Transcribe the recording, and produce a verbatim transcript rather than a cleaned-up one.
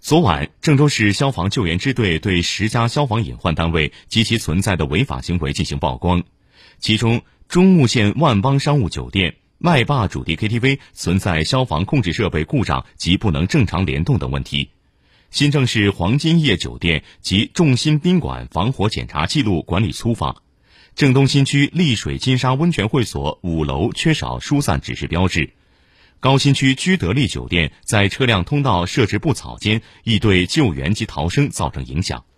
昨晚，郑州市消防救援支队对十家消防隐患单位及其存在的违法行为进行曝光，其中中牟县万邦商务酒店、麦霸主题 K T V 存在消防控制设备故障及不能正常联动等问题。新郑市黄金叶酒店及众鑫宾馆防火检查记录管理粗放，郑东新区丽水金沙温泉会所五楼缺少疏散指示标志。高新区居得利酒店在车辆通道设置布草间，易对救援及逃生造成影响。